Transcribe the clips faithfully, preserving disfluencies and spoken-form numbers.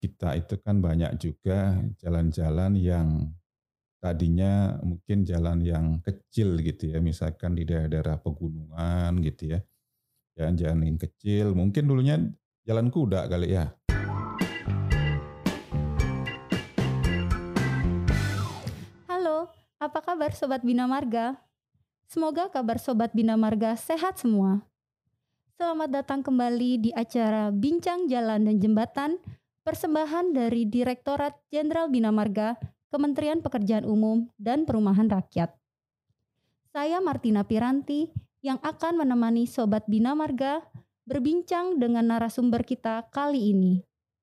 kita itu kan banyak juga jalan-jalan yang tadinya mungkin jalan yang kecil gitu ya, misalkan di daerah-daerah pegunungan gitu ya, jalan-jalan yang kecil, mungkin dulunya jalan kuda kali ya. Halo, apa kabar Sobat Bina Marga? Semoga kabar Sobat Bina Marga sehat semua. Selamat datang kembali di acara Bincang Jalan dan Jembatan, persembahan dari Direktorat Jenderal Bina Marga, Kementerian Pekerjaan Umum dan Perumahan Rakyat. Saya Martina Piranti yang akan menemani Sobat Bina Marga berbincang dengan narasumber kita kali ini.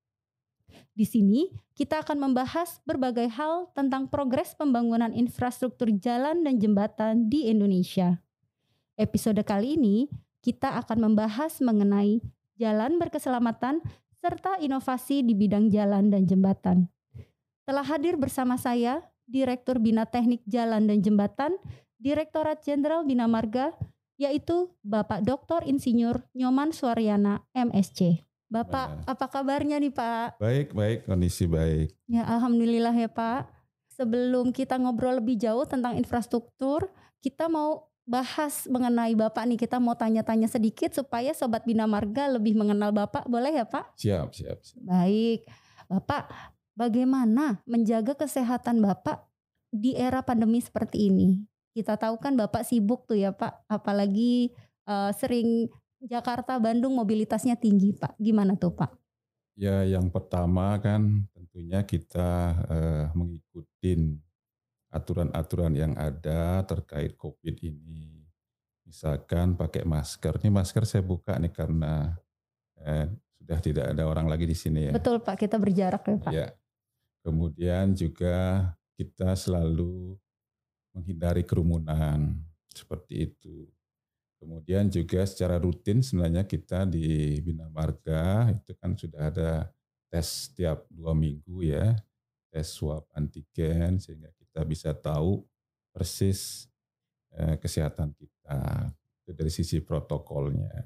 Di sini kita akan membahas berbagai hal tentang progres pembangunan infrastruktur jalan dan jembatan di Indonesia. Episode kali ini kita akan membahas mengenai jalan berkeselamatan serta inovasi di bidang jalan dan jembatan. Telah hadir bersama saya Direktur Bina Teknik Jalan dan Jembatan, Direktorat Jenderal Bina Marga, yaitu Bapak Doktor Insinyur Nyoman Suaryana M Si. Bapak, Nah. apa kabarnya nih Pak? Baik, baik, kondisi baik. Ya, alhamdulillah ya Pak. Sebelum kita ngobrol lebih jauh tentang infrastruktur, kita mau bahas mengenai Bapak nih. Kita mau tanya-tanya sedikit supaya Sobat Bina Marga lebih mengenal Bapak. Boleh ya Pak? Siap, siap, siap. Baik. Bapak, bagaimana menjaga kesehatan Bapak di era pandemi seperti ini? Kita tahu kan Bapak sibuk tuh ya Pak, apalagi uh, sering Jakarta, Bandung mobilitasnya tinggi Pak. Gimana tuh Pak? Ya, yang pertama kan tentunya kita eh, mengikuti aturan-aturan yang ada terkait COVID ini. Misalkan pakai masker. Ini masker saya buka nih karena eh, sudah tidak ada orang lagi di sini ya. Betul Pak, kita berjarak ya Pak. Ya. Kemudian juga kita selalu menghindari kerumunan seperti itu. Kemudian juga secara rutin sebenarnya kita di Bina Marga itu kan sudah ada tes setiap dua minggu ya, tes swab antigen sehingga kita bisa tahu persis eh, kesehatan kita itu dari sisi protokolnya.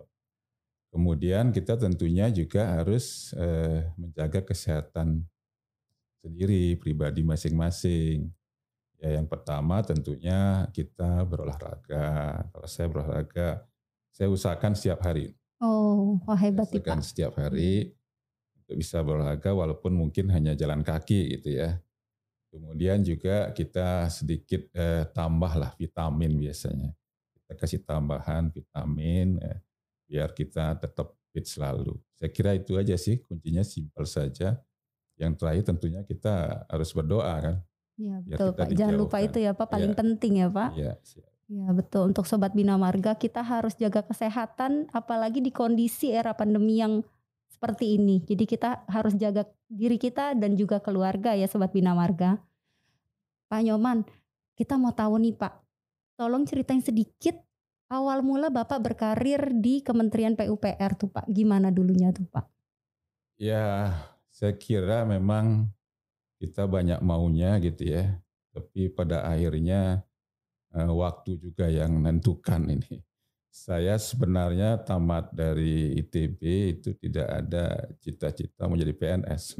Kemudian kita tentunya juga harus eh, menjaga kesehatan sendiri pribadi masing-masing. Ya, yang pertama tentunya kita berolahraga. Kalau saya berolahraga, saya usahakan setiap hari. Oh, wah hebat nih Usahakan Pak. setiap hari untuk bisa berolahraga walaupun mungkin hanya jalan kaki gitu ya. Kemudian juga kita sedikit eh, tambahlah vitamin biasanya. Kita kasih tambahan vitamin eh, biar kita tetap fit selalu. Saya kira itu aja sih, kuncinya simpel saja. Yang terakhir tentunya kita harus berdoa kan. Ya Biar betul kita Pak, jangan lupa dijauhkan. itu ya Pak, paling Ya. penting ya Pak. Iya, siap. Ya betul, untuk Sobat Bina Marga kita harus jaga kesehatan apalagi di kondisi era pandemi yang seperti ini. Jadi kita harus jaga diri kita dan juga keluarga ya Sobat Bina Marga. Pak Nyoman, kita mau tahu nih Pak, tolong ceritain sedikit awal mula Bapak berkarir di Kementerian P U P R tuh Pak. Gimana dulunya tuh Pak? Ya, saya kira memang kita banyak maunya gitu ya. Tapi pada akhirnya eh, waktu juga yang menentukan ini. Saya sebenarnya tamat dari I T B itu tidak ada cita-cita mau jadi P N S.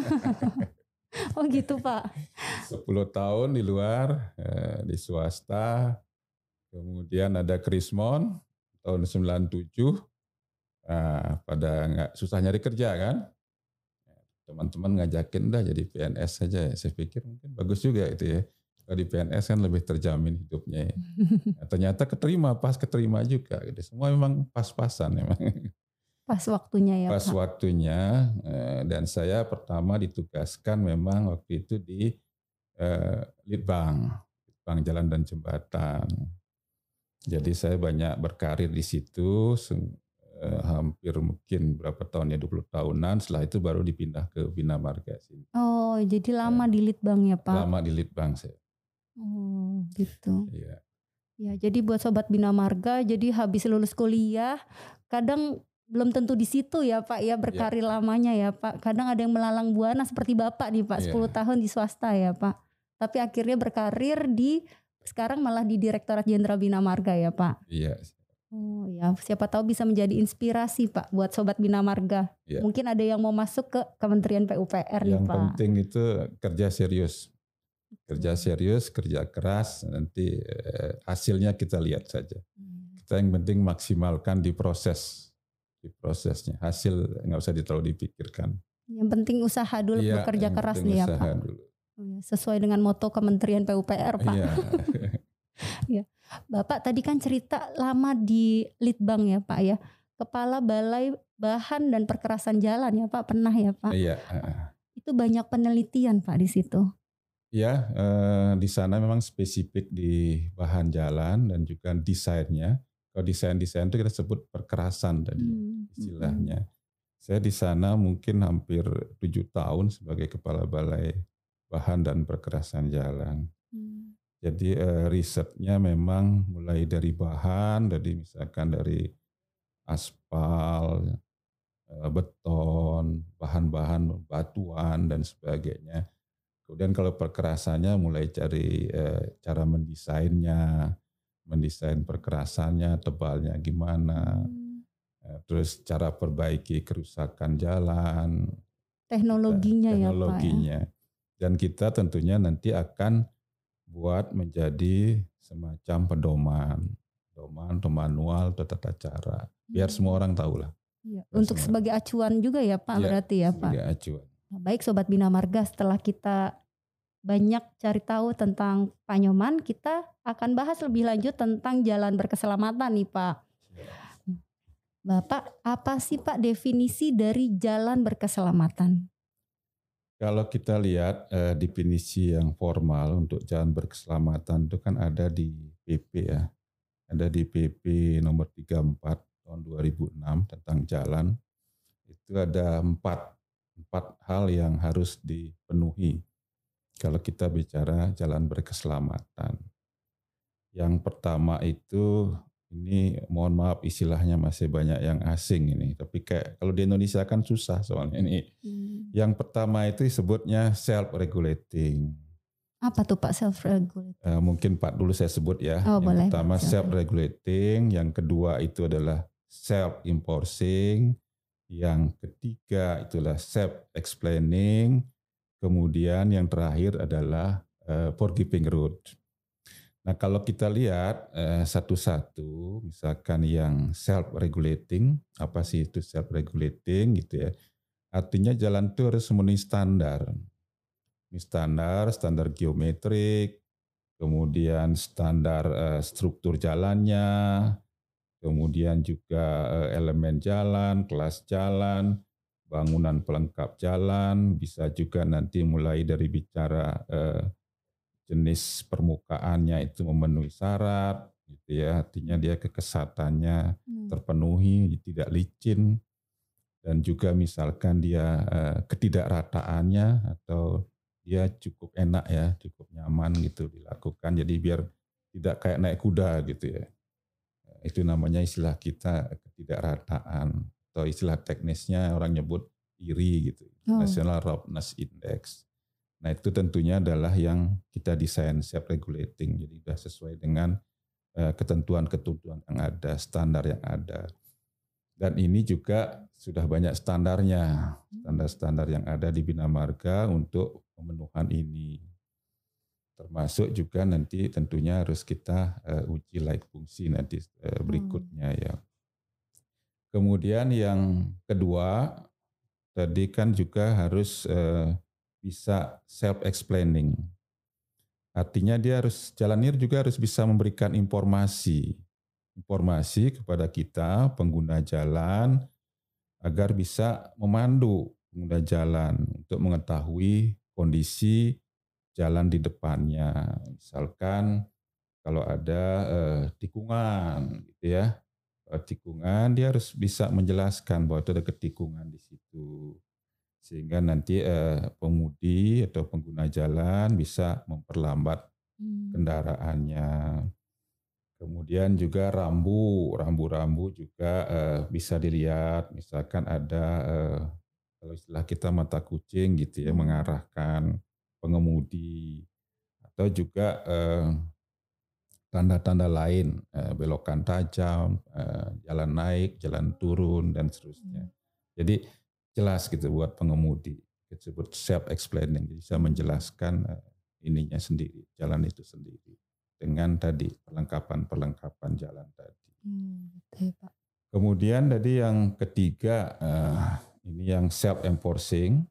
Oh gitu Pak. sepuluh tahun di luar, eh, di swasta. Kemudian ada Krismon tahun sembilan puluh tujuh. Nah, pada nggak susah nyari kerja kan. Teman-teman ngajakin dah jadi P N S saja. Saya pikir mungkin bagus juga itu ya. Kalau di P N S kan lebih terjamin hidupnya. Ya. Nah, ternyata keterima, pas keterima juga. Gitu. Semua memang pas-pasan memang. Pas waktunya ya Pas Pak. waktunya. Dan saya pertama ditugaskan memang waktu itu di eh, Litbang, Litbang Jalan dan Jembatan. Jadi saya banyak berkarir di situ. Eh, hampir mungkin berapa tahun ya, dua puluh tahunan, setelah itu baru dipindah ke Bina Marga sini. Oh jadi lama ya. Di Litbang ya Pak? Lama di Litbang saya. Oh gitu. Iya. Ya jadi buat Sobat Bina Marga, jadi habis lulus kuliah, kadang belum tentu di situ ya Pak ya berkarir ya. Lamanya ya Pak. Kadang ada yang melalang buana seperti Bapak nih Pak, ya. sepuluh tahun di swasta ya Pak. Tapi akhirnya berkarir di, sekarang malah di Direktorat Jenderal Bina Marga ya Pak? Iya. Oh ya, siapa tahu bisa menjadi inspirasi Pak buat Sobat Bina Marga. Ya. Mungkin ada yang mau masuk ke Kementerian P U P R nih Yang Pak. penting itu kerja serius. Kerja Betul. serius, kerja keras, nanti eh, hasilnya kita lihat saja. Hmm. Kita yang penting maksimalkan di proses, di prosesnya. Hasil nggak usah terlalu dipikirkan. Yang penting usaha dulu, Iya, bekerja yang keras penting nih ya usaha Pak. dulu. Oh ya, sesuai dengan moto Kementerian P U P R Pak. Iya. Ya, Bapak tadi kan cerita lama di Litbang ya Pak ya. Kepala Balai Bahan dan Perkerasan Jalan ya Pak, pernah ya Pak? Iya. Itu banyak penelitian Pak di situ. Ya, eh, di sana memang spesifik di bahan jalan dan juga desainnya. Kalau desain-desain itu kita sebut perkerasan tadi Hmm, istilahnya. Saya di sana mungkin hampir tujuh tahun sebagai kepala balai bahan dan perkerasan jalan. Hmm. Jadi eh, risetnya memang mulai dari bahan, dari misalkan dari aspal, eh, beton, bahan-bahan batuan dan sebagainya. Kemudian kalau perkerasannya mulai cari eh, cara mendesainnya, mendesain perkerasannya, tebalnya gimana, Hmm. eh, terus cara perbaiki kerusakan jalan, Teknologinya kita, ya Pak ya. teknologinya. Dan kita tentunya nanti akan buat menjadi semacam pedoman, pedoman atau manual atau tata cara, biar Hmm. semua orang tahu lah. Ya, Biar untuk semua- sebagai acuan juga ya Pak Ya, berarti ya Pak. sebagai acuan. Nah, baik Sobat Bina Marga, setelah kita banyak cari tahu tentang Panyoman, kita akan bahas lebih lanjut tentang jalan berkeselamatan nih Pak. Bapak, apa sih Pak definisi dari jalan berkeselamatan? Kalau kita lihat eh, definisi yang formal untuk jalan berkeselamatan itu kan ada di P P ya. Ada di P P nomor tiga puluh empat tahun dua ribu enam tentang jalan. Itu ada empat, empat hal yang harus dipenuhi kalau kita bicara jalan berkeselamatan. Yang pertama itu, ini mohon maaf istilahnya masih banyak yang asing ini. Tapi kayak kalau di Indonesia kan susah soalnya ini. Hmm. Yang pertama itu disebutnya self-regulating. Apa tuh Pak self-regulating? Uh, mungkin Pak dulu saya sebut ya. Oh, yang boleh, pertama Pak. self-regulating, yang kedua itu adalah self-enforcing, yang ketiga itulah self-explaining, kemudian yang terakhir adalah uh, forgiving road. Nah kalau kita lihat uh, satu-satu, misalkan yang self-regulating, apa sih itu self-regulating gitu ya. Artinya jalan itu harus memenuhi standar. Ini standar, standar geometrik, kemudian standar uh, struktur jalannya, kemudian juga uh, elemen jalan, kelas jalan, bangunan pelengkap jalan, bisa juga nanti mulai dari bicara uh, jenis permukaannya itu memenuhi syarat, gitu ya, artinya dia kekesatannya Hmm. terpenuhi, tidak licin, dan juga misalkan dia uh, ketidakrataannya atau dia cukup enak ya, cukup nyaman gitu dilakukan. Jadi biar tidak kayak naik kuda gitu ya. Itu namanya istilah kita ketidakrataan atau istilah teknisnya orang nyebut I R I gitu, Oh. National Roughness Index. Nah itu tentunya adalah yang kita desain self-regulating. Jadi sudah sesuai dengan uh, ketentuan-ketentuan yang ada, standar yang ada. Dan ini juga sudah banyak standarnya, standar-standar yang ada di Bina Marga untuk pemenuhan ini. Termasuk juga nanti tentunya harus kita uh, uji layak fungsi nanti uh, berikutnya ya. Kemudian yang kedua, tadi kan juga harus uh, bisa self-explaining. Artinya dia harus, jalanir juga harus bisa memberikan informasi. Informasi kepada kita pengguna jalan agar bisa memandu pengguna jalan untuk mengetahui kondisi jalan di depannya. Misalkan kalau ada eh, tikungan gitu ya. Eh, tikungan dia harus bisa menjelaskan bahwa itu ada ketikungan di situ. Sehingga nanti eh, pemudi atau pengguna jalan bisa memperlambat hmm. kendaraannya. Kemudian juga rambu, rambu-rambu juga uh, bisa dilihat, misalkan ada uh, kalau istilah kita mata kucing gitu ya, hmm. mengarahkan pengemudi, atau juga uh, tanda-tanda lain, eh, belokan tajam, eh, jalan naik, jalan turun, dan seterusnya. Jadi jelas gitu buat pengemudi, disebut self-explaining, bisa menjelaskan eh, ininya sendiri, jalan itu sendiri, dengan tadi perlengkapan-perlengkapan jalan tadi. Hmm, betul, Pak. Kemudian tadi yang ketiga, eh, ini yang self-enforcing.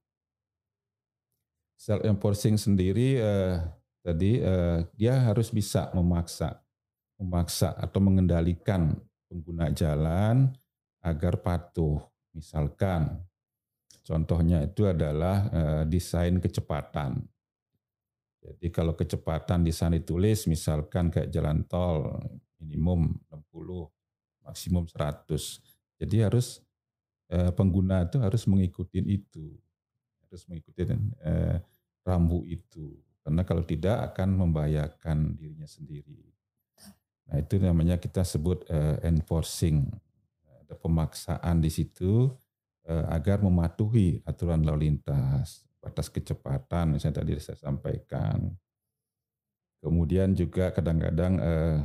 Self-enforcing sendiri eh, tadi eh, dia harus bisa memaksa, memaksa atau mengendalikan pengguna jalan agar patuh. Misalkan, contohnya itu adalah eh, desain kecepatan. Jadi kalau kecepatan di sana ditulis, misalkan kayak jalan tol minimum enam puluh, maksimum seratus. Jadi harus eh, pengguna itu harus mengikuti itu, harus mengikuti eh, rambu itu. Karena kalau tidak akan membahayakan dirinya sendiri. Nah itu namanya kita sebut uh, enforcing, ada pemaksaan di situ uh, agar mematuhi aturan lalu lintas, batas kecepatan misalnya tadi saya sampaikan. Kemudian juga kadang-kadang uh,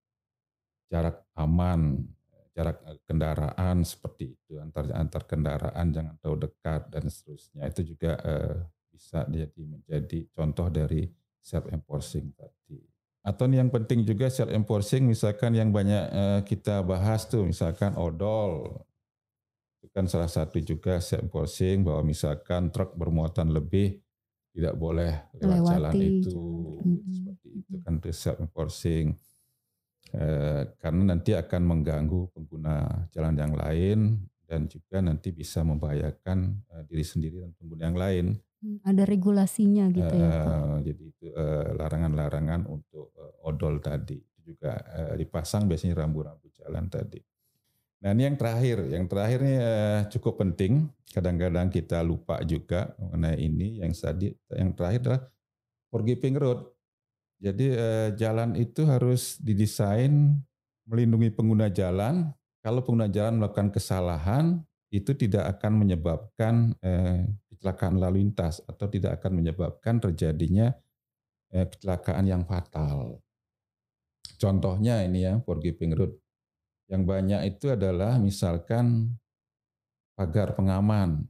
jarak aman, jarak kendaraan seperti itu, antar antar kendaraan jangan terlalu dekat dan seterusnya. Itu juga uh, bisa jadi menjadi contoh dari self enforcing tadi. Atau yang penting juga self enforcing, misalkan yang banyak eh, kita bahas tuh, misalkan odol, itu kan salah satu juga self enforcing bahwa misalkan truk bermuatan lebih tidak boleh lewat Lewati jalan itu, jalan. seperti itu kan itu self enforcing, eh, karena nanti akan mengganggu pengguna jalan yang lain dan juga nanti bisa membahayakan eh, diri sendiri dan pengguna yang lain. Ada regulasinya gitu uh, ya Pak. Jadi itu uh, larangan-larangan untuk uh, odol tadi. Itu juga uh, dipasang biasanya rambu-rambu jalan tadi. Nah ini yang terakhir. Yang terakhir ini uh, cukup penting. Kadang-kadang kita lupa juga mengenai ini. Yang tadi, yang terakhir adalah forgiving road. Jadi uh, jalan itu harus didesain melindungi pengguna jalan. Kalau pengguna jalan melakukan kesalahan, itu tidak akan menyebabkan eh, kecelakaan lalu lintas atau tidak akan menyebabkan terjadinya eh, kecelakaan yang fatal. Contohnya ini ya, forgiving road. Yang banyak itu adalah misalkan pagar pengaman.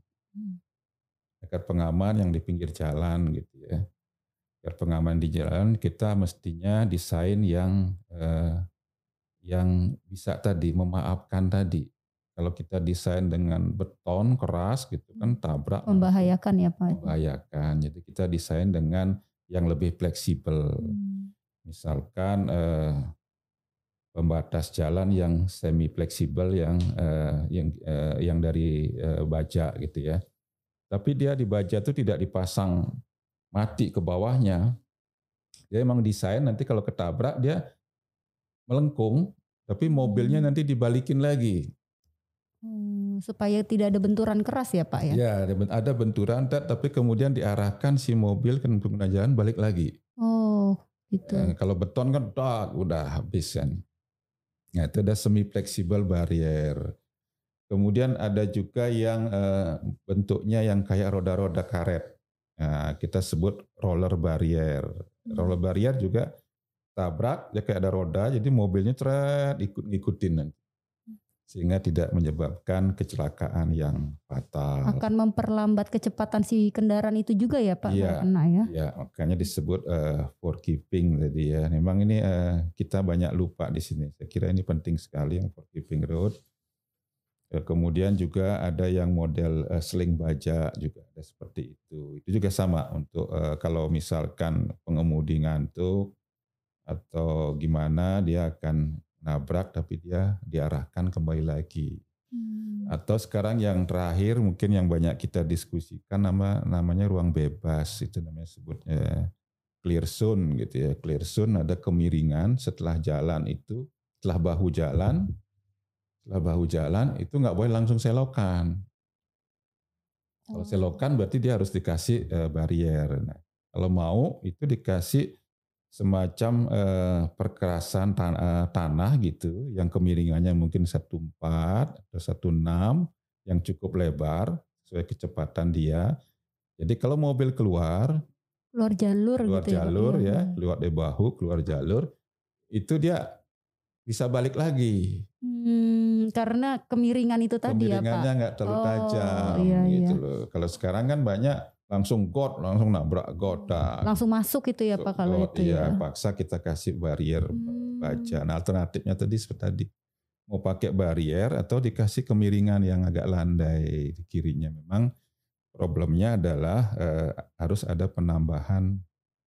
Pagar pengaman yang di pinggir jalan gitu ya. Pagar pengaman di jalan kita mestinya desain yang eh, yang bisa tadi memaafkan tadi. Kalau kita desain dengan beton keras gitu kan tabrak, membahayakan ya Pak. Membahayakan. Jadi kita desain dengan yang lebih fleksibel. Hmm. Misalkan eh, pembatas jalan yang semi fleksibel yang eh, yang eh, yang dari eh, baja gitu ya. Tapi dia di baja itu tidak dipasang mati ke bawahnya. Dia emang desain nanti kalau ketabrak dia melengkung, tapi mobilnya nanti dibalikin lagi. Hmm, supaya tidak ada benturan keras ya Pak ya? Ya, ada benturan, tapi kemudian diarahkan si mobil ke pengguna jalan balik lagi. Oh, gitu. Eh, kalau beton kan tak, udah habis kan. Nah, itu ada semi fleksibel barrier. Kemudian ada juga yang eh, bentuknya yang kayak roda-roda karet. Nah, kita sebut roller barrier. Roller barrier juga tabrak, dia kayak ada roda, jadi mobilnya teret ikut ngikutin nanti. Sehingga tidak menyebabkan kecelakaan yang fatal. Akan memperlambat kecepatan si kendaraan itu juga ya Pak? Iya, kena ya. Iya, makanya disebut uh, forgiving tadi ya. Memang ini uh, kita banyak lupa di sini. Saya kira ini penting sekali yang forgiving road. Uh, kemudian juga ada yang model uh, sling baja juga ada seperti itu. Itu juga sama untuk uh, kalau misalkan pengemudi ngantuk atau gimana dia akan nabrak tapi dia diarahkan kembali lagi. Hmm. Atau sekarang yang terakhir mungkin yang banyak kita diskusikan nama namanya ruang bebas, itu namanya sebutnya clear zone gitu ya. Clear zone ada kemiringan setelah jalan itu, setelah bahu jalan, setelah bahu jalan itu nggak boleh langsung selokan. Oh. Kalau selokan berarti dia harus dikasih uh, barrier. Nah, kalau mau itu dikasih semacam eh, perkerasan tan eh, tanah gitu yang kemiringannya mungkin satu koma empat atau satu koma enam yang cukup lebar sesuai kecepatan dia. Jadi kalau mobil keluar keluar jalur keluar gitu jalur ya, ya, keluar dari bahu, keluar jalur, itu dia bisa balik lagi. Hmm, karena kemiringan itu tadi ya Pak? Kemiringannya nggak terlalu Oh tajam iya iya. gitu loh. Kalau sekarang kan banyak langsung got, langsung nabrak got. Langsung masuk itu ya Pak kalau got, itu iya, ya? paksa kita kasih barrier Hmm. baja. Nah alternatifnya tadi seperti tadi. Mau pakai barrier atau dikasih kemiringan yang agak landai di kirinya. Memang problemnya adalah eh, harus ada penambahan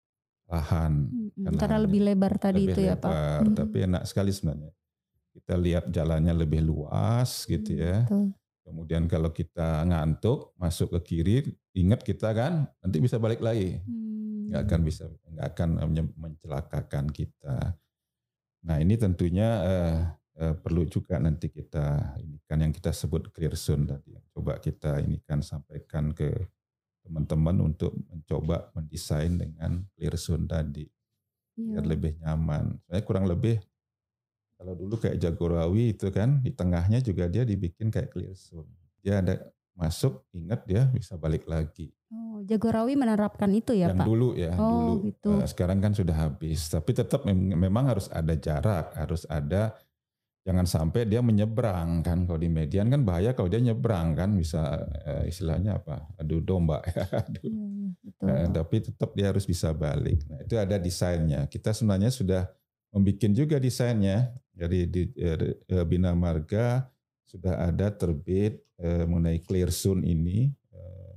lahan. Hmm, karena lebih lebar tadi lebih itu lebar, ya Pak? Hmm. Tapi enak sekali sebenarnya. Kita lihat jalannya lebih luas gitu ya. Betul. Kemudian kalau kita ngantuk masuk ke kiri, ingat kita kan nanti bisa balik lagi. Hmm. Nggak akan bisa, nggak akan mencelakakan kita. Nah ini tentunya eh, eh, perlu juga nanti kita ini kan yang kita sebut clear zone tadi. Coba kita ini kan sampaikan ke teman-teman untuk mencoba mendesain dengan clear zone tadi biar yeah. lebih nyaman. Saya kurang lebih kalau dulu kayak Jagorawi itu kan di tengahnya juga dia dibikin kayak clear zone. Dia ada masuk, ingat dia bisa balik lagi. Oh, Jagorawi menerapkan itu ya yang Pak? Yang dulu ya, oh, dulu. Gitu. Uh, sekarang kan sudah habis. Tapi tetap mem- memang harus ada jarak, harus ada. Jangan sampai dia menyeberang kan, kalau di median kan bahaya kalau dia nyebrang kan bisa uh, istilahnya apa, adu domba. Aduh. Hmm, betul. Uh, tapi tetap dia harus bisa balik. Nah itu ada desainnya. Kita sebenarnya sudah membuat juga desainnya dari di, uh, Bina Marga sudah ada terbit uh, mengenai clear zone ini uh,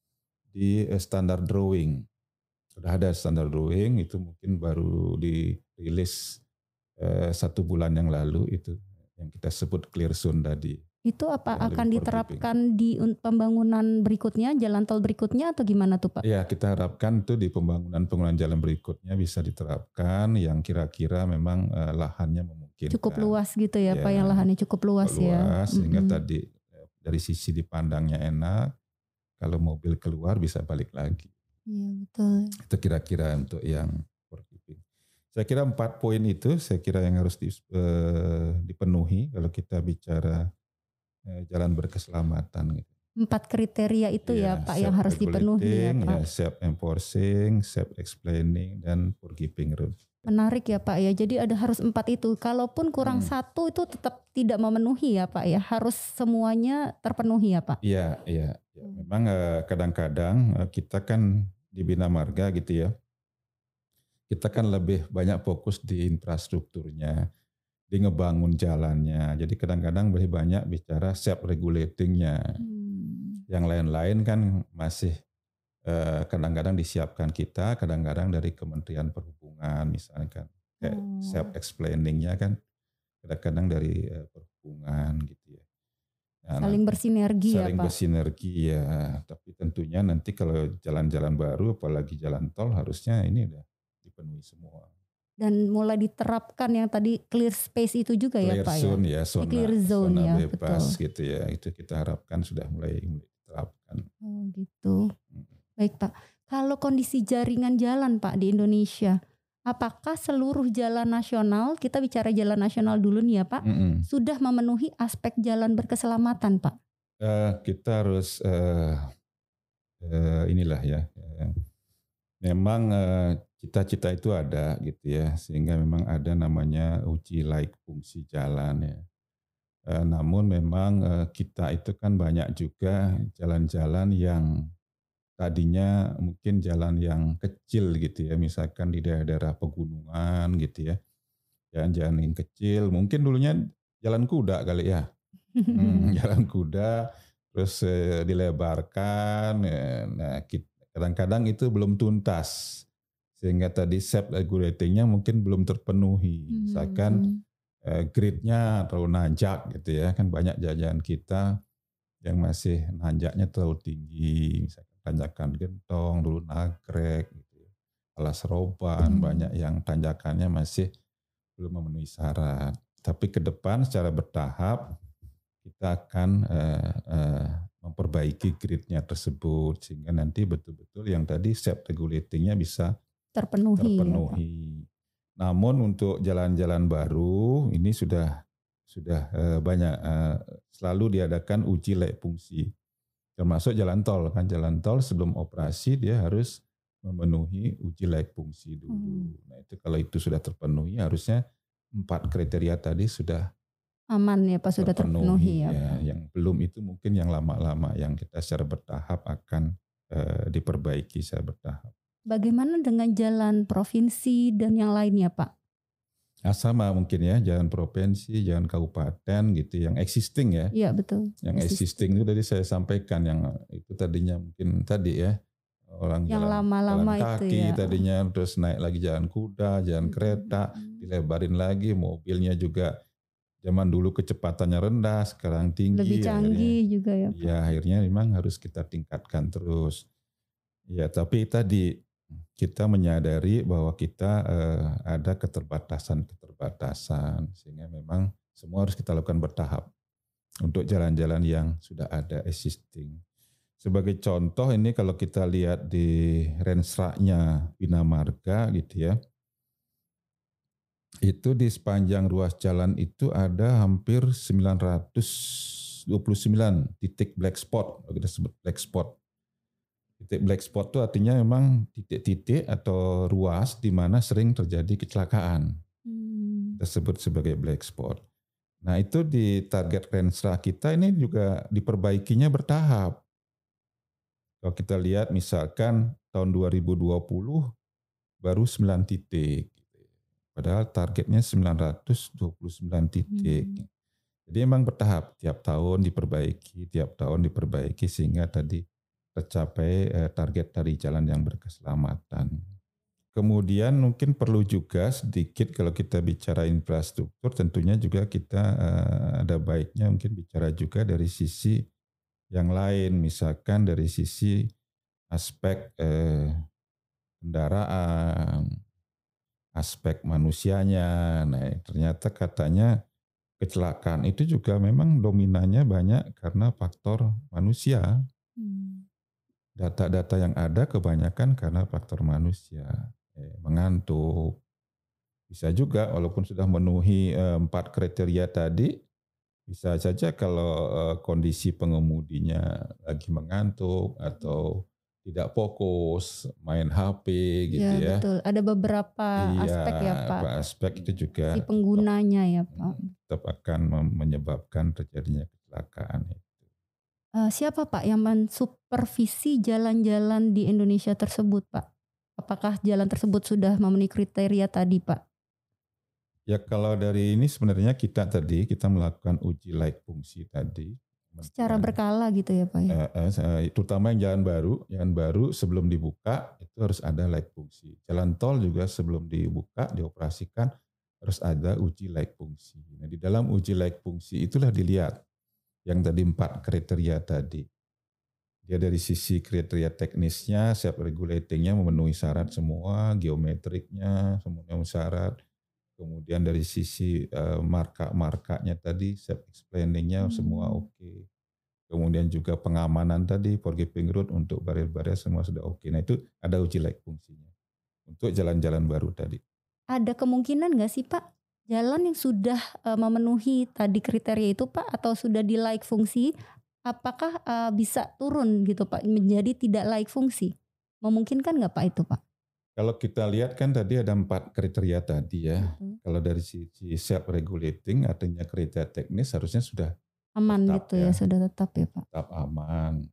di uh, standar drawing. Sudah ada standar drawing itu mungkin baru dirilis satu bulan yang lalu itu yang kita sebut clear zone tadi. Itu apa akan diterapkan di pembangunan berikutnya, jalan tol berikutnya atau gimana tuh Pak? Iya kita harapkan itu di pembangunan-pembangunan jalan berikutnya bisa diterapkan yang kira-kira memang uh, lahannya memungkinkan. Cukup luas gitu ya, ya Pak, yang lahannya cukup luas, luas ya. Luas sehingga mm-hmm. tadi dari sisi dipandangnya enak, kalau mobil keluar bisa balik lagi. Iya betul. Itu kira-kira untuk yang saya kira empat poin itu saya kira yang harus di, uh, dipenuhi kalau kita bicara uh, jalan berkeselamatan. Gitu. Empat kriteria itu ya, ya Pak yang harus dipenuhi ya Pak. Ya, self enforcing, self explaining dan forgiving road. Menarik ya Pak ya. Jadi ada harus empat itu. Kalaupun kurang hmm. satu itu tetap tidak memenuhi ya Pak ya. Harus semuanya terpenuhi ya Pak. Iya, iya. Ya, memang uh, kadang-kadang uh, kita kan di Bina Marga gitu ya. Kita kan lebih banyak fokus di infrastrukturnya, di ngebangun jalannya. Jadi kadang-kadang lebih banyak bicara self-regulatingnya. Hmm. Yang lain-lain kan masih eh, kadang-kadang disiapkan kita, kadang-kadang dari Kementerian Perhubungan misalkan. Kayak hmm. self-explainingnya kan kadang-kadang dari eh, Perhubungan gitu ya. Nah, saling bersinergi saling ya Pak? Bersinergi ya. Tapi tentunya nanti kalau jalan-jalan baru, apalagi jalan tol harusnya ini udah dipenuhi semua. Dan mulai diterapkan yang tadi clear space itu juga clear ya Pak zone, ya? ya zona, clear zone zona ya, bebas betul. gitu ya. Itu kita harapkan sudah mulai diterapkan. Oh gitu. Hmm. Baik Pak. Kalau kondisi jaringan jalan Pak di Indonesia, apakah seluruh jalan nasional, kita bicara jalan nasional dulu nih ya Pak, mm-hmm. sudah memenuhi aspek jalan berkeselamatan Pak? Uh, kita harus uh, uh, inilah ya. Uh, Memang uh, cita-cita itu ada gitu ya, sehingga memang ada namanya uji laik fungsi jalan ya. Uh, namun memang uh, kita itu kan banyak juga jalan-jalan yang tadinya mungkin jalan yang kecil gitu ya, misalkan di daerah-daerah pegunungan gitu ya, jalan-jalan yang kecil, mungkin dulunya jalan kuda kali ya, hmm, jalan kuda, terus uh, dilebarkan, ya. Nah kita kadang-kadang itu belum tuntas sehingga tadi self regulatingnya mungkin belum terpenuhi. Hmm. Misalkan eh, gridnya terlalu nanjak gitu ya, kan banyak jalan kita yang masih nanjaknya terlalu tinggi, misalkan tanjakan Gentong, dulu Nagrek, gitu. Alas Roban, hmm. banyak yang tanjakannya masih belum memenuhi syarat. Tapi ke depan secara bertahap kita akan eh, eh, memperbaiki gridnya tersebut sehingga nanti betul-betul yang tadi self regulatingnya bisa terpenuhi. terpenuhi. Ya, namun untuk jalan-jalan baru ini sudah sudah eh, banyak eh, selalu diadakan uji layak fungsi. Termasuk jalan tol kan, jalan tol sebelum operasi dia harus memenuhi uji layak fungsi dulu. Hmm. Nah itu kalau itu sudah terpenuhi harusnya empat kriteria tadi sudah aman ya Pak, sudah terpenuhi ya, ya. Pak. Yang belum itu mungkin yang lama-lama yang kita secara bertahap akan uh, diperbaiki secara bertahap. Bagaimana dengan jalan provinsi dan yang lainnya Pak? Nah, sama mungkin ya, jalan provinsi, jalan kabupaten gitu yang existing ya. Iya betul. Yang existing, existing itu tadi saya sampaikan, yang itu tadinya mungkin tadi ya orang yang jalan, lama-lama jalan kaki itu ya. Tadinya terus naik lagi jalan kuda, jalan hmm. kereta, dilebarin lagi, mobilnya juga zaman dulu kecepatannya rendah, sekarang tinggi. Lebih canggih akhirnya, juga ya Pak. Ya akhirnya memang harus kita tingkatkan terus. Ya tapi tadi kita menyadari bahwa kita eh, ada keterbatasan-keterbatasan sehingga memang semua harus kita lakukan bertahap untuk jalan-jalan yang sudah ada existing. Sebagai contoh ini kalau kita lihat di Rensra-nya Bina Marga gitu ya, itu di sepanjang ruas jalan itu ada hampir sembilan ratus dua puluh sembilan titik black spot, kita sebut black spot. Titik black spot itu artinya memang titik-titik atau ruas di mana sering terjadi kecelakaan. Hmm. Kita sebut sebagai black spot. Nah itu di target Rensra kita ini juga diperbaikinya bertahap. Kalau kita lihat misalkan tahun dua ribu dua puluh baru sembilan titik. Padahal targetnya sembilan ratus dua puluh sembilan titik. Hmm. Jadi memang bertahap, tiap tahun diperbaiki, tiap tahun diperbaiki sehingga tadi tercapai eh, target dari jalan yang berkeselamatan. Kemudian mungkin perlu juga sedikit kalau kita bicara infrastruktur, tentunya juga kita eh, ada baiknya mungkin bicara juga dari sisi yang lain, misalkan dari sisi aspek eh, kendaraan, aspek manusianya. Nah, ternyata katanya kecelakaan itu juga memang dominannya banyak karena faktor manusia. Hmm. Data-data yang ada kebanyakan karena faktor manusia, eh, mengantuk. Bisa juga walaupun sudah memenuhi eh, empat kriteria tadi, bisa saja kalau eh, kondisi pengemudinya lagi mengantuk atau tidak fokus, main H P gitu ya. Ya betul, ada beberapa iya, aspek ya Pak. Aspek itu juga si penggunanya ya Pak. Tetap akan menyebabkan terjadinya kecelakaan. Uh, siapa Pak yang mensupervisi jalan-jalan di Indonesia tersebut Pak? Apakah jalan tersebut sudah memenuhi kriteria tadi Pak? Ya kalau dari ini sebenarnya kita tadi kita melakukan uji layak fungsi tadi. Secara berkala gitu ya Pak ya? Eh, eh, terutama yang jalan baru, jalan baru sebelum dibuka itu harus ada layak fungsi. Jalan tol juga sebelum dibuka, dioperasikan harus ada uji layak fungsi. Nah di dalam uji layak fungsi itulah dilihat yang tadi empat kriteria tadi. Dia dari sisi kriteria teknisnya, self regulatingnya memenuhi syarat semua, geometriknya semuanya syarat. Kemudian dari sisi uh, marka-markanya tadi, self explainingnya hmm. semua oke. Okay. Kemudian juga pengamanan tadi, forgiving road untuk barrier-barrier semua sudah oke. Okay. Nah itu ada uji layak fungsinya untuk jalan-jalan baru tadi. Ada kemungkinan nggak sih Pak? Jalan yang sudah uh, memenuhi tadi kriteria itu Pak atau sudah di layak fungsi, apakah uh, bisa turun gitu Pak menjadi tidak layak fungsi? Memungkinkan nggak Pak itu Pak? Kalau kita lihat kan tadi ada empat kriteria tadi ya. Hmm. Kalau dari sisi self regulating artinya kriteria teknis harusnya sudah aman gitu ya, ya, sudah tetap ya Pak. Tetap aman.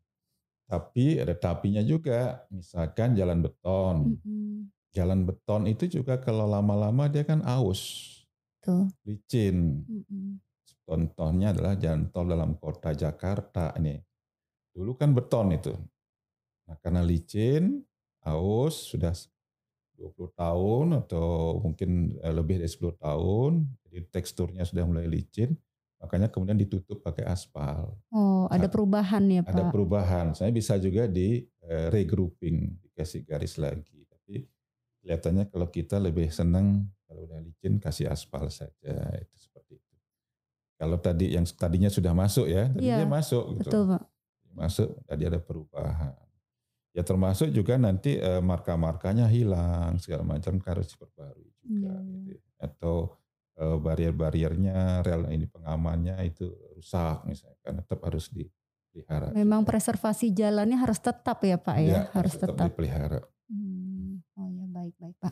Tapi ada tapinya juga, misalkan jalan beton. Hmm. Jalan beton itu juga kalau lama-lama dia kan aus. Tuh. Licin. Mm-hmm. Contohnya adalah jalan tol dalam kota Jakarta ini. Dulu kan beton itu. Nah, karena licin, aus, sudah dua puluh tahun atau mungkin lebih dari sepuluh tahun, jadi teksturnya sudah mulai licin, makanya kemudian ditutup pakai aspal. Oh, ada nah, perubahan ya Pak? Ada perubahan. Saya bisa juga di eh, regrouping, dikasih garis lagi. Tapi kelihatannya kalau kita lebih senang kalau udah licin kasih aspal saja, itu seperti itu. Kalau tadi yang tadinya sudah masuk ya, tadinya ya, masuk gitu. Betul Pak. Masuk, tadi ada perubahan. Ya termasuk juga nanti eh, marka-markanya hilang, segala macam harus diperbarui juga. Ya. Gitu. Atau eh, barrier-barriernya, rel ini pengamannya itu rusak misalkan, tetap harus dipelihara. Memang juga. Preservasi jalannya harus tetap ya Pak ya, ya harus tetap, tetap dipelihara. Hmm. Oh ya baik-baik Pak.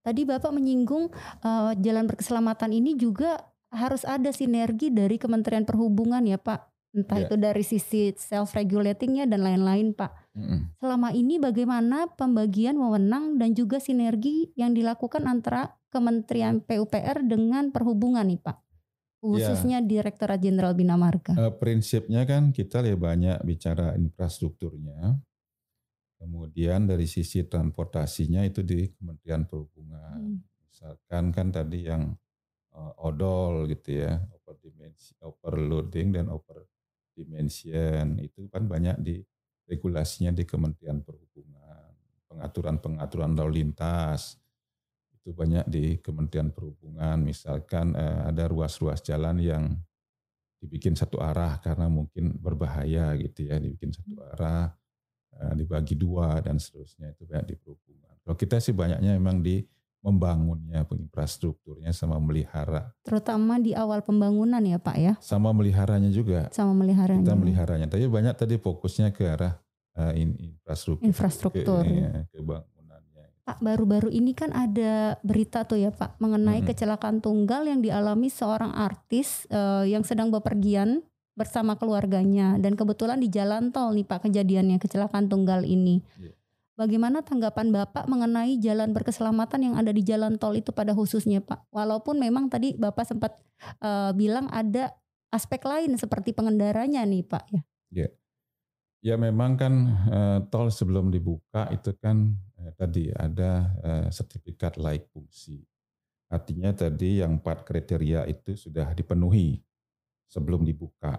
Tadi Bapak menyinggung eh, jalan berkeselamatan ini juga harus ada sinergi dari Kementerian Perhubungan ya Pak. Entah Ya. itu dari sisi self regulatingnya dan lain-lain Pak. Mm-mm. Selama ini bagaimana pembagian wewenang dan juga sinergi yang dilakukan antara Kementerian P U P R dengan Perhubungan nih Pak, khususnya Direktorat Jenderal Bina Marga. Eh, prinsipnya kan kita lebih banyak bicara infrastrukturnya, kemudian dari sisi transportasinya itu di Kementerian Perhubungan. Hmm. Misalkan kan tadi yang eh, odol gitu ya, over dimensi, overloading dan over dimension itu kan banyak di regulasinya di Kementerian Perhubungan. Pengaturan-pengaturan lalu lintas itu banyak di Kementerian Perhubungan. Misalkan eh, ada ruas-ruas jalan yang dibikin satu arah karena mungkin berbahaya gitu ya, dibikin satu arah, eh, dibagi dua dan seterusnya, itu banyak di perhubungan. Kalau kita sih banyaknya memang di membangunnya, infrastrukturnya sama melihara. Terutama di awal pembangunan ya Pak ya? Sama meliharanya juga. Sama meliharanya. Kita meliharanya. Tapi banyak tadi fokusnya ke arah uh, infrastruktur. Infrastruktur. Ke, ya, ke bangunannya. Pak, baru-baru ini kan ada berita tuh ya Pak mengenai hmm. kecelakaan tunggal yang dialami seorang artis uh, yang sedang bepergian bersama keluarganya. Dan kebetulan di jalan tol nih Pak kejadiannya, kecelakaan tunggal ini. Yeah. Bagaimana tanggapan Bapak mengenai jalan berkeselamatan yang ada di jalan tol itu pada khususnya Pak? Walaupun memang tadi Bapak sempat uh, bilang ada aspek lain seperti pengendaranya nih Pak ya. Ya, ya memang kan uh, tol sebelum dibuka itu kan uh, tadi ada uh, sertifikat layak fungsi. Artinya tadi yang empat kriteria itu sudah dipenuhi sebelum dibuka.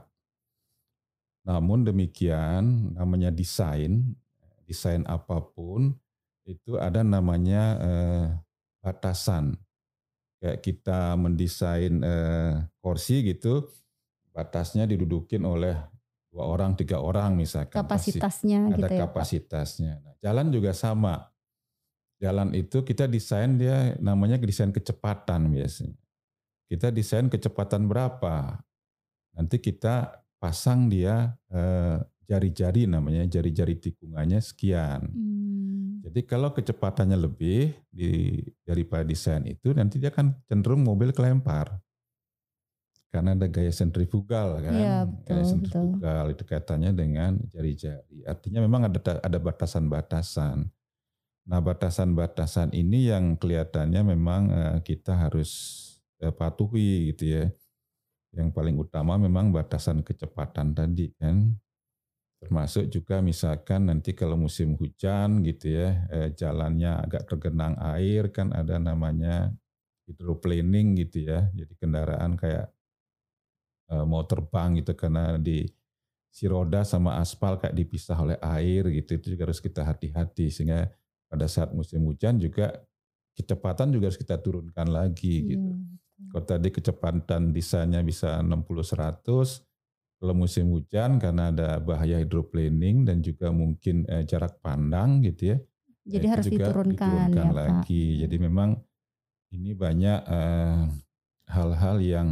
Namun demikian namanya desain, desain apapun itu ada namanya eh, batasan. Kayak kita mendesain eh, kursi gitu, batasnya didudukin oleh dua orang, tiga orang misalkan. Kapasitasnya ada gitu ya. Ada kapasitasnya. Nah, jalan juga sama. Jalan itu kita desain dia namanya desain kecepatan biasanya. Kita desain kecepatan berapa? Nanti kita pasang dia eh, jari-jari namanya, jari-jari tikungannya sekian. Hmm. Jadi kalau kecepatannya lebih di, daripada desain itu, nanti dia akan cenderung mobil kelempar. Karena ada gaya sentrifugal kan, ya, betul, gaya sentrifugal betul. Itu kaitannya dengan jari-jari. Artinya memang ada ada batasan-batasan. Nah batasan-batasan ini yang kelihatannya memang eh, kita harus eh, patuhi gitu ya. Yang paling utama memang batasan kecepatan tadi kan. Termasuk juga misalkan nanti kalau musim hujan gitu ya, eh, jalannya agak tergenang air kan ada namanya hydroplaning gitu ya. Jadi kendaraan kayak eh, mau terbang gitu karena di si roda sama aspal kayak dipisah oleh air gitu. Itu juga harus kita hati-hati sehingga pada saat musim hujan juga kecepatan juga harus kita turunkan lagi gitu. Hmm. Kalau tadi kecepatan desainnya bisa enam puluh seratus, kalau musim hujan karena ada bahaya hydroplaning dan juga mungkin eh, jarak pandang gitu ya. Jadi harus diturunkan, diturunkan ya lagi. Pak. Jadi memang ini banyak eh, hal-hal yang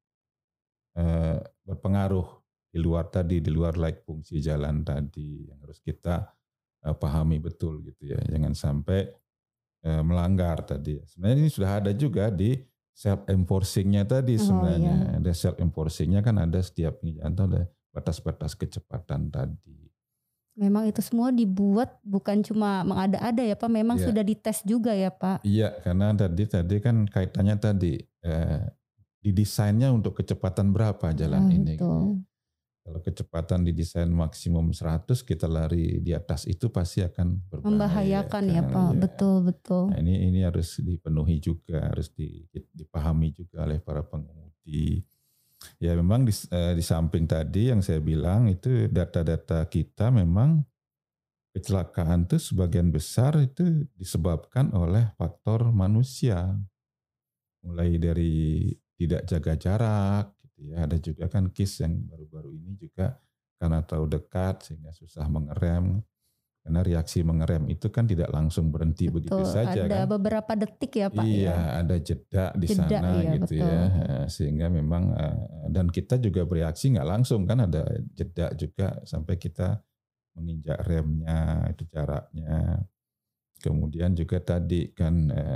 eh, berpengaruh di luar tadi, di luar like fungsi jalan tadi yang harus kita eh, pahami betul gitu ya. Jangan sampai eh, melanggar tadi. Sebenarnya ini sudah ada juga di self enforcing-nya tadi sebenarnya. Oh, iya. Ada self enforcing-nya kan ada setiap jalan ada batas-batas kecepatan tadi. Memang itu semua dibuat bukan cuma mengada-ada ya Pak, memang ya. Sudah dites juga ya Pak. Iya, karena tadi tadi kan kaitannya tadi eh, didesainnya untuk kecepatan berapa jalan oh, ini. Gitu. Kalau kecepatan didesain maksimum seratus, kita lari di atas itu pasti akan berbahaya. Membahayakan kan? ya Pak, ya. Betul-betul. Nah, ini ini harus dipenuhi juga, harus dipahami juga oleh para pengemudi. Ya memang di, di samping tadi yang saya bilang itu data-data kita memang kecelakaan itu sebagian besar itu disebabkan oleh faktor manusia. Mulai dari tidak jaga jarak, ya, ada juga kan case yang baru-baru ini juga karena terlalu dekat sehingga susah mengerem. Karena reaksi mengerem itu kan tidak langsung berhenti betul, begitu saja ada kan. beberapa detik ya Pak. Iya, ya. ada jeda di jeda, sana iya, gitu betul. ya. Sehingga memang dan kita juga bereaksi nggak langsung kan, ada jeda juga sampai kita menginjak remnya, itu jaraknya. Kemudian juga tadi kan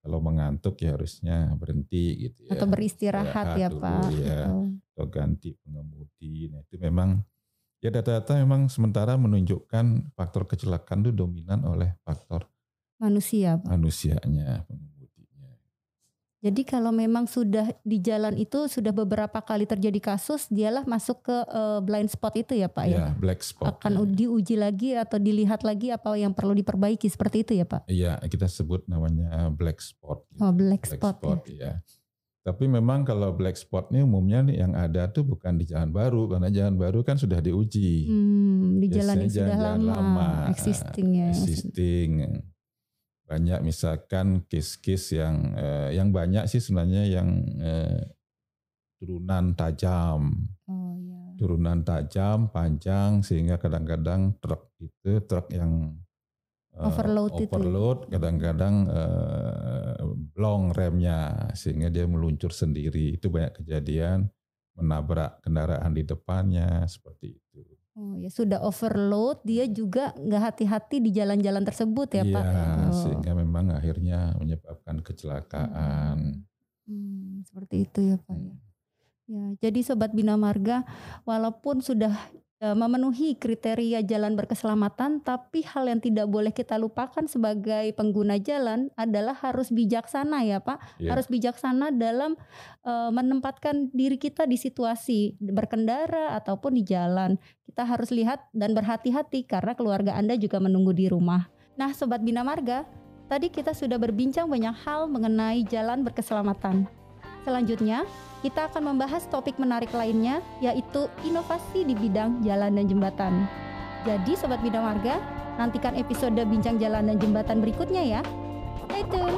Kalau mengantuk ya harusnya berhenti gitu ya. Atau beristirahat ya dulu, Pak. Ya. Gitu. Atau ganti pengemudi. Nah itu memang ya data-data memang sementara menunjukkan faktor kecelakaan itu dominan oleh faktor manusia Pak. Manusianya, pengemudinya. Jadi kalau memang sudah di jalan itu sudah beberapa kali terjadi kasus, dialah masuk ke uh, blind spot itu ya Pak ya? Ya, black spot. Akan ya. diuji lagi atau dilihat lagi apa yang perlu diperbaiki seperti itu ya Pak? Iya, kita sebut namanya black spot. Oh black, black spot, spot ya. ya. Tapi memang kalau black spot ini umumnya nih yang ada tuh bukan di jalan baru, karena jalan baru kan sudah diuji. Hmm, di jalan yang sudah jalan lama, lama, existing ya. Existing. Banyak misalkan case-case yang eh, yang banyak sih sebenarnya yang eh, turunan tajam. Oh ya. Turunan tajam, panjang sehingga kadang-kadang truk itu truk yang uh, overload, overload itu. Kadang-kadang uh, blong remnya sehingga dia meluncur sendiri. Itu banyak kejadian menabrak kendaraan di depannya seperti itu. Oh ya sudah overload, dia juga nggak hati-hati di jalan-jalan tersebut ya iya, Pak. Oh. Sehingga memang akhirnya menyebabkan kecelakaan. Hmm, hmm, seperti itu ya Pak. Hmm. Ya, jadi Sobat Bina Marga, walaupun sudah e, memenuhi kriteria jalan berkeselamatan, tapi hal yang tidak boleh kita lupakan sebagai pengguna jalan adalah harus bijaksana ya Pak. Yeah. Harus bijaksana dalam e, menempatkan diri kita di situasi berkendara ataupun di jalan. Kita harus lihat dan berhati-hati karena keluarga Anda juga menunggu di rumah. Nah Sobat Bina Marga, tadi kita sudah berbincang banyak hal mengenai jalan berkeselamatan. Selanjutnya, kita akan membahas topik menarik lainnya, yaitu inovasi di bidang jalan dan jembatan. Jadi Sobat Bina Marga, nantikan episode Bincang Jalan dan Jembatan berikutnya ya. Stay tune.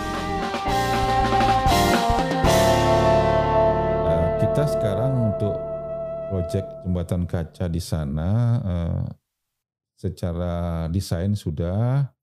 Nah, kita sekarang untuk proyek jembatan kaca di sana, eh, secara desain sudah,